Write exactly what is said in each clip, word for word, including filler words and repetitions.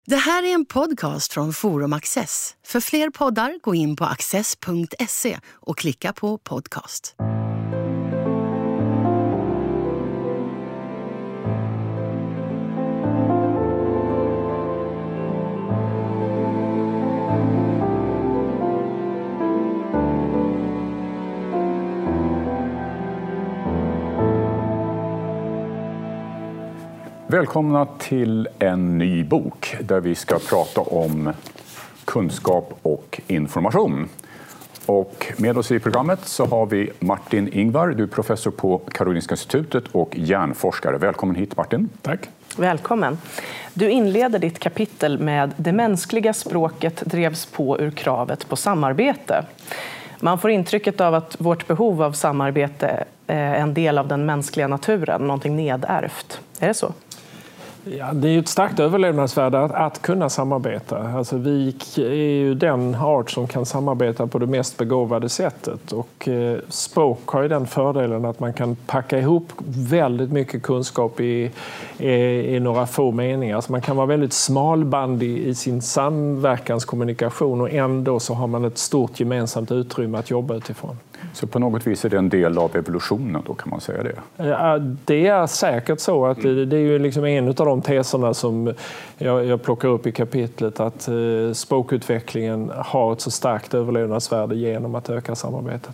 Det här är en podcast från Forum Access. För fler poddar, gå in på access punkt se och klicka på podcast. Välkomna till en ny bok där vi ska prata om kunskap och information. Och med oss i programmet så har vi Martin Ingvar, du är professor på Karolinska institutet och hjärnforskare. Välkommen hit Martin. Tack. Välkommen. Du inleder ditt kapitel med det mänskliga språket drevs på ur kravet på samarbete. Man får intrycket av att vårt behov av samarbete är en del av den mänskliga naturen, någonting nedärvt. Är det så? Ja, det är ju ett starkt överlevnadsvärde att, att kunna samarbeta. Alltså, vi är ju den art som kan samarbeta på det mest begåvade sättet. Och, eh, språk har ju den fördelen att man kan packa ihop väldigt mycket kunskap i, i, i några få meningar. Alltså, man kan vara väldigt smalbandig i sin samverkanskommunikation och ändå så har man ett stort gemensamt utrymme att jobba utifrån. Så på något vis är det en del av evolutionen då, kan man säga det? Ja, det är säkert så. Att det, det är ju liksom en av de teserna som jag, jag plockar upp i kapitlet, att eh, språkutvecklingen har ett så starkt överlevnadsvärde genom att öka samarbetet.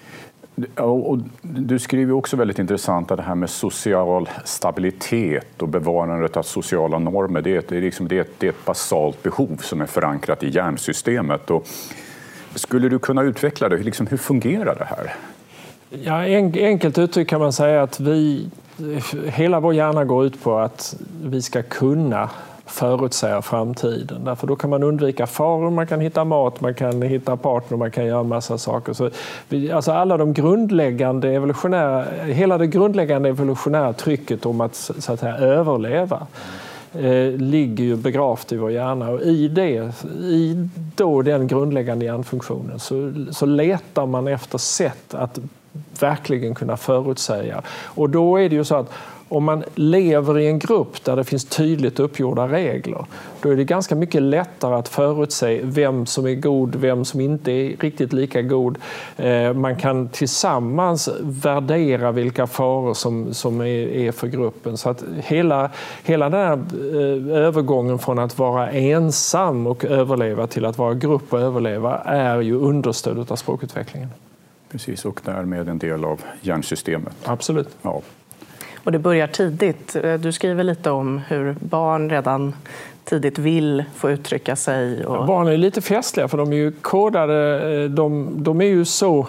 Ja, och du skriver också väldigt intressant att det här med social stabilitet och bevarandet av sociala normer. Det är ett, det är liksom, det är ett, det är ett basalt behov som är förankrat i hjärnsystemet. Och skulle du kunna utveckla det? Liksom, hur fungerar det här? Ja, en, enkelt uttryck kan man säga att vi, hela vår hjärna går ut på att vi ska kunna förutsäga framtiden. Därför då kan man undvika faror, man kan hitta mat, man kan hitta partner, man kan göra en massa saker. Så vi, alltså alla de grundläggande evolutionära, hela det grundläggande evolutionära trycket om att, så att säga, överleva eh, ligger ju begravt i vår hjärna. Och i, det, i då den grundläggande hjärnfunktionen så, så letar man efter sätt att verkligen kunna förutsäga. Och då är det ju så att om man lever i en grupp där det finns tydligt uppgjorda regler, då är det ganska mycket lättare att förutse vem som är god, vem som inte är riktigt lika god. Man kan tillsammans värdera vilka faror som, som är, är för gruppen. Så att hela, hela den här övergången från att vara ensam och överleva till att vara grupp och överleva är ju understöd av språkutvecklingen. Precis, och därmed en del av hjärnsystemet. Absolut. Ja. Och det börjar tidigt. Du skriver lite om hur barn redan tidigt vill få uttrycka sig. Och... Barn är lite festliga för de är ju kodade, de, de är ju så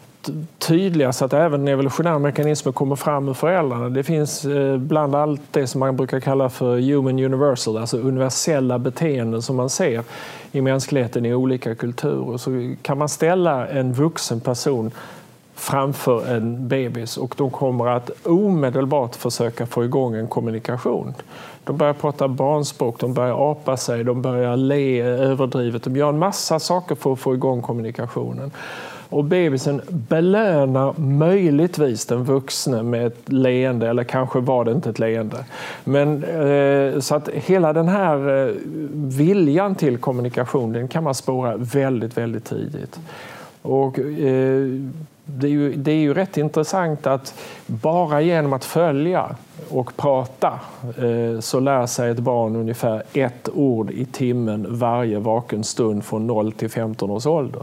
tydliga så att även evolutionära mekanismer kommer fram ur föräldrarna. Det finns bland allt det som man brukar kalla för human universal, alltså universella beteenden som man ser i mänskligheten i olika kulturer. Så kan man ställa en vuxen person framför en bebis och de kommer att omedelbart försöka få igång en kommunikation. De börjar prata barnspråk, de börjar apa sig, de börjar le överdrivet. De gör en massa saker för att få igång kommunikationen. Och bebisen belönar möjligtvis den vuxna med ett leende, eller kanske var det inte ett leende. Men, eh, så att hela den här eh, viljan till kommunikation, den kan man spåra väldigt, väldigt tidigt. Och eh, det är ju, det är ju rätt intressant att bara genom att följa och prata eh, så lär sig ett barn ungefär ett ord i timmen varje vaken stund från noll till femton års ålder.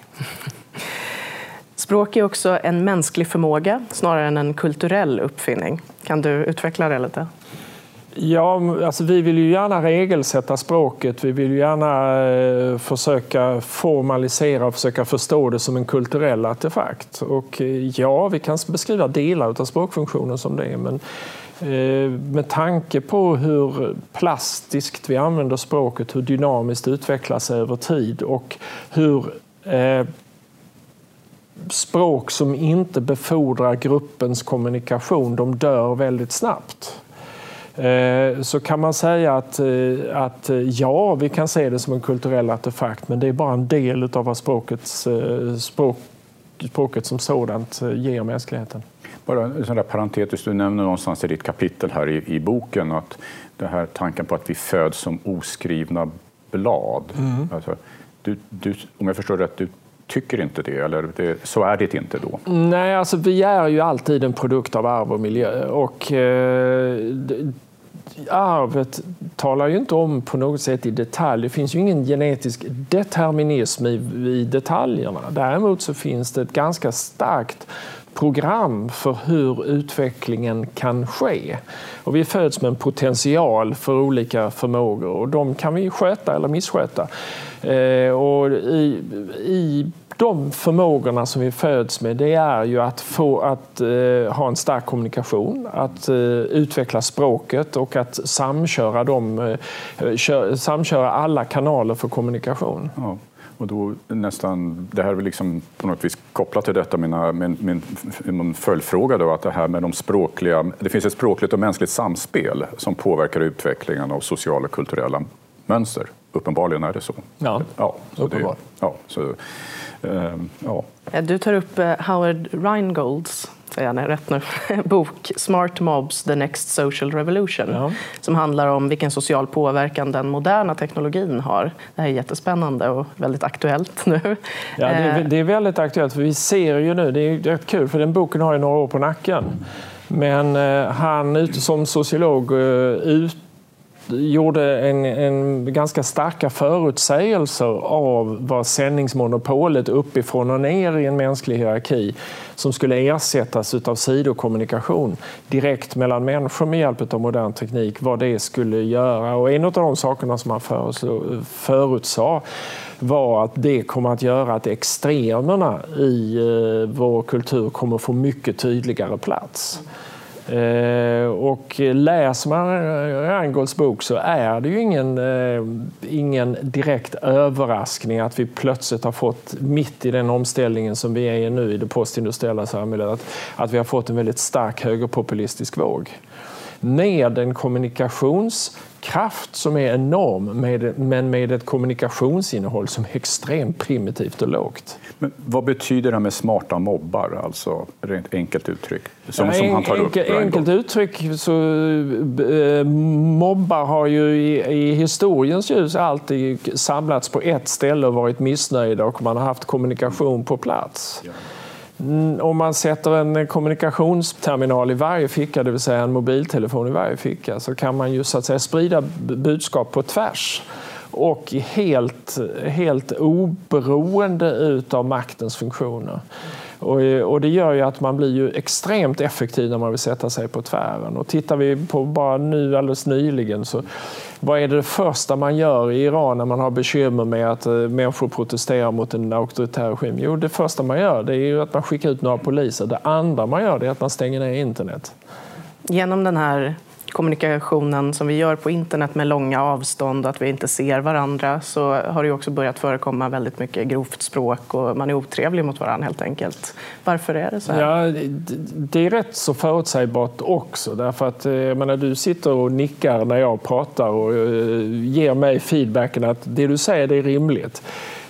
Språk är också en mänsklig förmåga snarare än en kulturell uppfinning. Kan du utveckla det lite? Ja, alltså vi vill ju gärna regelsätta språket. Vi vill ju gärna eh, försöka formalisera och försöka förstå det som en kulturell artefakt. Och eh, ja, vi kan beskriva delar av språkfunktionen som det är, men eh, med tanke på hur plastiskt vi använder språket, hur dynamiskt det utvecklas över tid och hur eh, språk som inte befordrar gruppens kommunikation, de dör väldigt snabbt. Så kan man säga att, att ja, vi kan se det som en kulturell artefakt, men det är bara en del av vad språkets, språk, språket som sådant ger mänskligheten. Bara en sån där parentetisk, du nämner någonstans i ditt kapitel här i, i boken att det här tanken på att vi föds som oskrivna blad. Mm. Alltså, du, du, om jag förstår rätt, du tycker inte det, eller det, så är det inte då? Nej, alltså vi är ju alltid en produkt av arv och miljö. Och eh, arvet talar ju inte om på något sätt i detalj. Det finns ju ingen genetisk determinism i, i detaljerna. Däremot så finns det ett ganska starkt program för hur utvecklingen kan ske. Och vi föds med en potential för olika förmågor och de kan vi sköta eller missköta. Eh, och i, i de förmågorna som vi föds med, det är ju att få att eh, ha en stark kommunikation, att eh, utveckla språket och att samköra, dem, eh, kö, samköra alla kanaler för kommunikation. Ja. Och då nästan, det här är väl liksom på något vis kopplat till detta, mina, min, min, min följdfråga då, att det här med de språkliga, det finns ett språkligt och mänskligt samspel som påverkar utvecklingen av sociala och kulturella mönster. Uppenbarligen är det så. Ja, ja så uppenbart. Det, ja, så, eh, ja. Du tar upp Howard Rheingolds, säger jag rätt nu, bok Smart Mobs, The Next Social Revolution, ja. Som handlar om vilken social påverkan den moderna teknologin har. Det här är jättespännande och väldigt aktuellt nu. Ja, det är, det är väldigt aktuellt, för vi ser ju nu, det är rätt kul för den boken har ju några år på nacken. Men eh, han ute som sociolog eh, ut gjorde en, en ganska starka förutsägelser av vad sändningsmonopolet uppifrån och ner i en mänsklig hierarki som skulle ersättas av sidokommunikation direkt mellan människor med hjälp av modern teknik, vad det skulle göra. Och en av de sakerna som han förutsade var att det kommer att göra att extremerna i vår kultur kommer att få mycket tydligare plats. Eh, och läser man Rheingolds bok så är det ju ingen, eh, ingen direkt överraskning att vi plötsligt har fått, mitt i den omställningen som vi är i nu i det postindustriella samhället, att, att vi har fått en väldigt stark högerpopulistisk våg. Med en kommunikationskraft som är enorm, med, men med ett kommunikationsinnehåll som är extremt primitivt och lågt. Men vad betyder det här med smarta mobbar, alltså rent enkelt uttryck? Som, ja, som han tar upp. Enkel, enkelt uttryck så äh, mobbar har ju i, i historiens ljus alltid samlats på ett ställe och varit missnöjda och man har haft kommunikation på plats. Ja. Om man sätter en kommunikationsterminal i varje ficka, det vill säga en mobiltelefon i varje ficka, så kan man ju så att säga sprida budskap på tvärs och helt, helt oberoende utav maktens funktioner. Och, och det gör ju att man blir ju extremt effektiv när man vill sätta sig på tvären. Och tittar vi på bara nu alldeles nyligen, så vad är det första man gör i Iran när man har bekymmer med att människor protesterar mot en auktoritär regim? Jo, det första man gör det är ju att man skickar ut några poliser. Det andra man gör det är att man stänger ner internet. Genom den här kommunikationen som vi gör på internet med långa avstånd och att vi inte ser varandra, så har det också börjat förekomma väldigt mycket grovt språk och man är otrevlig mot varandra helt enkelt. Varför är det så här? Ja, det är rätt så förutsägbart också, därför att jag menar, du sitter och nickar när jag pratar och ger mig feedbacken att det du säger det är rimligt.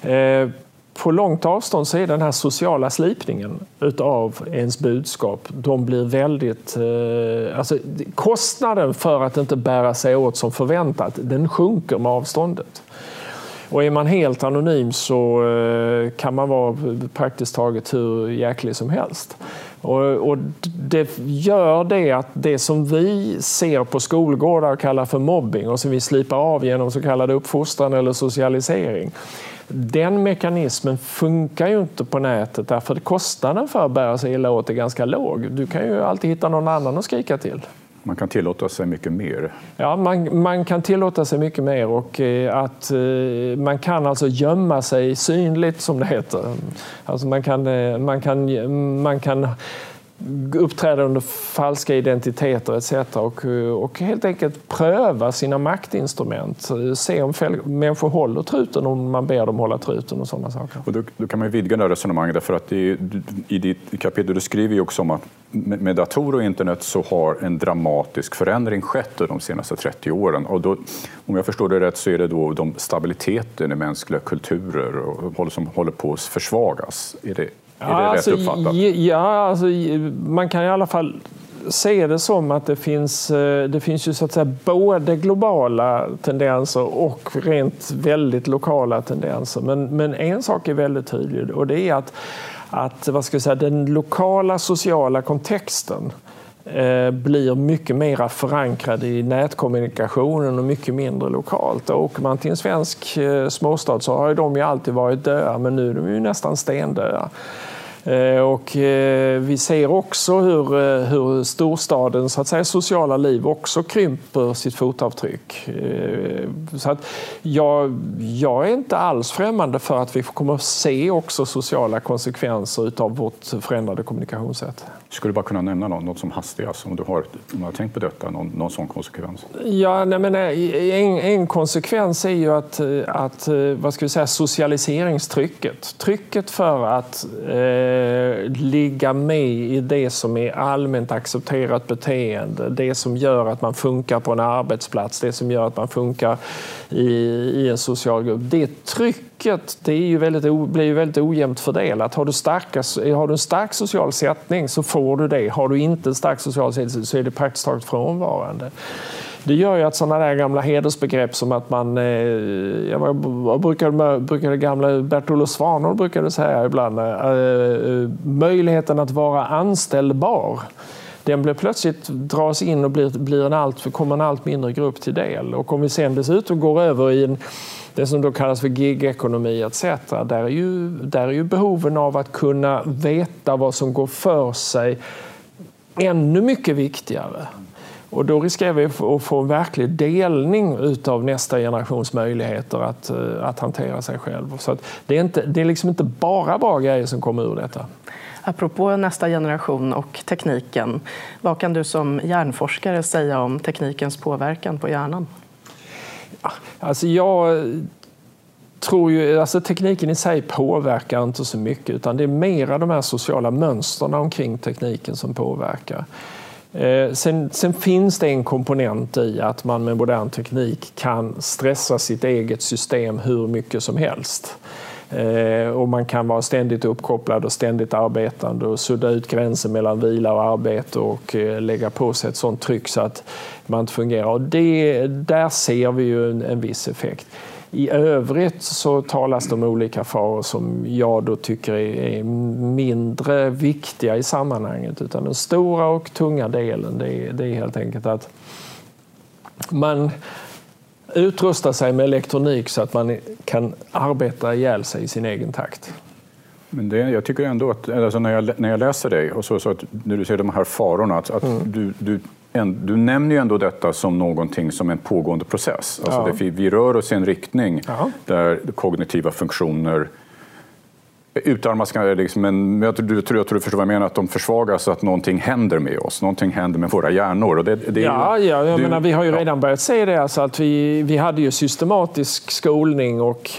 På långt avstånd så är den här sociala slipningen utav ens budskap, de blir väldigt, eh, alltså kostnaden för att inte bära sig åt som förväntat, den sjunker med avståndet. Och är man helt anonym så eh, kan man vara praktiskt taget hur jäklig som helst. Och, och det gör det att det som vi ser på skolgårdar och kallar för mobbing och som vi slipar av genom så kallad uppfostran eller socialisering, den mekanismen funkar ju inte på nätet, därför att kostnaden för att bära sig illa åt är ganska låg. Du kan ju alltid hitta någon annan att skrika till. Man kan tillåta sig mycket mer. Ja, man, man kan tillåta sig mycket mer och eh, att eh, man kan alltså gömma sig synligt, som det heter. Alltså man kan, eh, man kan, man kan uppträda under falska identiteter et cetera och, och helt enkelt pröva sina maktinstrument. Se om människor håller truten om man ber dem hålla truten och sådana saker. Och då, då kan man ju vidga det här resonemanget, därför att det, i ditt kapitel du skriver ju också om att med datorer och internet så har en dramatisk förändring skett de senaste trettio åren. Och då, om jag förstår det rätt, så är det då de stabiliteten i mänskliga kulturer och, som håller på att försvagas. Är det Är det ja, rätt alltså, uppfattat? Ja, alltså, man kan i alla fall se det som att det finns, det finns ju så att säga både globala tendenser och rent väldigt lokala tendenser. Men, men en sak är väldigt tydlig, och det är att, att vad ska jag säga, den lokala sociala kontexten eh, blir mycket mer förankrad i nätkommunikationen och mycket mindre lokalt. Och åker man till en svensk eh, småstad så har ju de ju alltid varit döda, men nu är de ju nästan stendöda. Och vi ser också hur, hur storstadens så att säga, sociala liv också krymper sitt fotavtryck. Så att jag, jag är inte alls främmande för att vi kommer att se också sociala konsekvenser av vårt förändrade kommunikationssätt. Skulle du bara kunna nämna något, något som hastigast, om du har, om du har tänkt på detta, någon, någon sån konsekvens? Ja, nej, men en, en konsekvens är ju att, att vad ska vi säga, socialiseringstrycket. Trycket för att eh, ligga med i det som är allmänt accepterat beteende. Det som gör att man funkar på en arbetsplats. Det som gör att man funkar i, i en social grupp. Det trycket, det är ju väldigt, blir ju väldigt ojämnt fördelat. Har du, starka, har du en stark social sättning så får du det. Har du inte en stark social sättning så är det praktiskt taget frånvarande. Det gör ju att sådana där gamla hedersbegrepp som att man, eh, jag brukar, brukar det gamla Bert-Olof Svanholm brukade säga ibland, eh, möjligheten att vara anställbar, den blir plötsligt dras in och blir, blir en allt, kommer en allt mindre grupp till del. Och om vi sen dessutom går över i en, det som då kallas för gig-ekonomi et cetera, där är ju, där är ju behoven av att kunna veta vad som går för sig ännu mycket viktigare. Och då riskerar vi att få en verklig delning av nästa generations möjligheter att, att hantera sig själv. Så att det är, inte, det är liksom inte bara bra grejer som kommer ur detta. Apropå nästa generation och tekniken, vad kan du som hjärnforskare säga om teknikens påverkan på hjärnan? Alltså jag tror ju, alltså tekniken i sig påverkar inte så mycket, utan det är mera de här sociala mönsterna omkring tekniken som påverkar. Eh, sen, sen finns det en komponent i att man med modern teknik kan stressa sitt eget system hur mycket som helst. Eh, och man kan vara ständigt uppkopplad och ständigt arbetande och sudda ut gränsen mellan vila och arbete och eh, lägga på sig ett sånt tryck så att man inte fungerar. Och det, där ser vi ju en, en viss effekt. I övrigt så talas det om olika faror som jag då tycker är mindre viktiga i sammanhanget. Utan den stora och tunga delen, det är, det är helt enkelt att man utrustar sig med elektronik så att man kan arbeta ihjäl sig i sin egen takt. Men det, jag tycker ändå att alltså när, jag, när jag läser dig och så, så att när du ser de här farorna, att, att mm. du, du En, du nämner ju ändå detta som någonting som en pågående process. Alltså ja. det, vi rör oss i en riktning ja. där kognitiva funktioner utarmas. Liksom, men jag tror, jag tror du förstår vad jag menar, att de försvagas, att någonting händer med oss. Någonting händer med våra hjärnor. Och det, det ja, ju, ja jag du, menar, vi har ju redan ja. börjat se det. Alltså att vi, vi hade ju systematisk skolning och,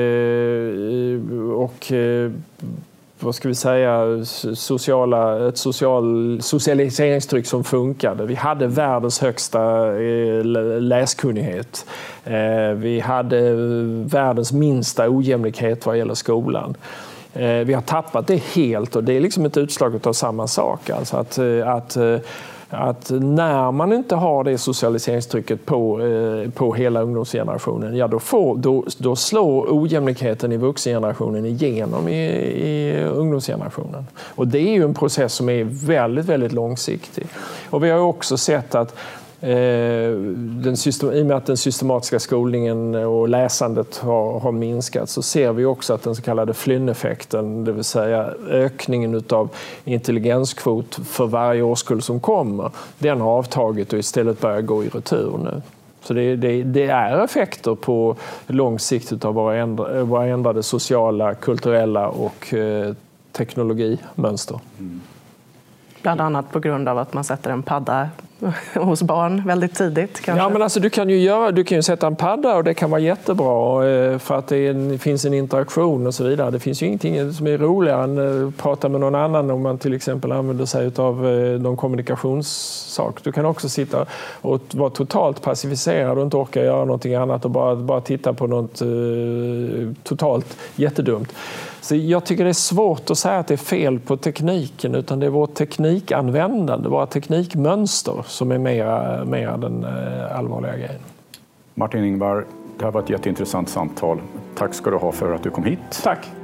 och vad ska vi säga, sociala, ett social, socialiseringstryck som funkade. Vi hade världens högsta läskunnighet. Vi hade världens minsta ojämlikhet vad gäller skolan. Vi har tappat det helt, och det är liksom ett utslag av samma sak. Alltså att, att att när man inte har det socialiseringstrycket på, eh, på hela ungdomsgenerationen, ja, då, får, då, då slår ojämlikheten i vuxengenerationen igenom i, i ungdomsgenerationen. Och det är ju en process som är väldigt, väldigt långsiktig. Och vi har också sett att Den system, i och med att den systematiska skolningen och läsandet har, har minskat, så ser vi också att den så kallade Flynn-effekten, det vill säga ökningen av intelligenskvot för varje årskull som kommer, den har avtagit och istället börjar gå i retur nu. Så det, det, det är effekter på lång sikt av våra, ändra, våra ändrade sociala, kulturella och eh, teknologimönster. Mm. Bland annat på grund av att man sätter en padda hos barn väldigt tidigt. Kanske. Ja, men alltså, du, kan ju göra, du kan ju sätta en padda och det kan vara jättebra för att det är en, finns en interaktion och så vidare. Det finns ju ingenting som är roligare än att prata med någon annan om man till exempel använder sig av någon kommunikationssak. Du kan också sitta och vara totalt passiviserad och inte orka göra någonting annat och bara, bara titta på något uh, totalt jättedumt. Så jag tycker det är svårt att säga att det är fel på tekniken, utan det är vårt teknikanvändande, våra teknikmönster som är mer, mer den allvarliga grejen. Martin Ingvar, det här var ett jätteintressant samtal. Tack ska du ha för att du kom hit. Tack.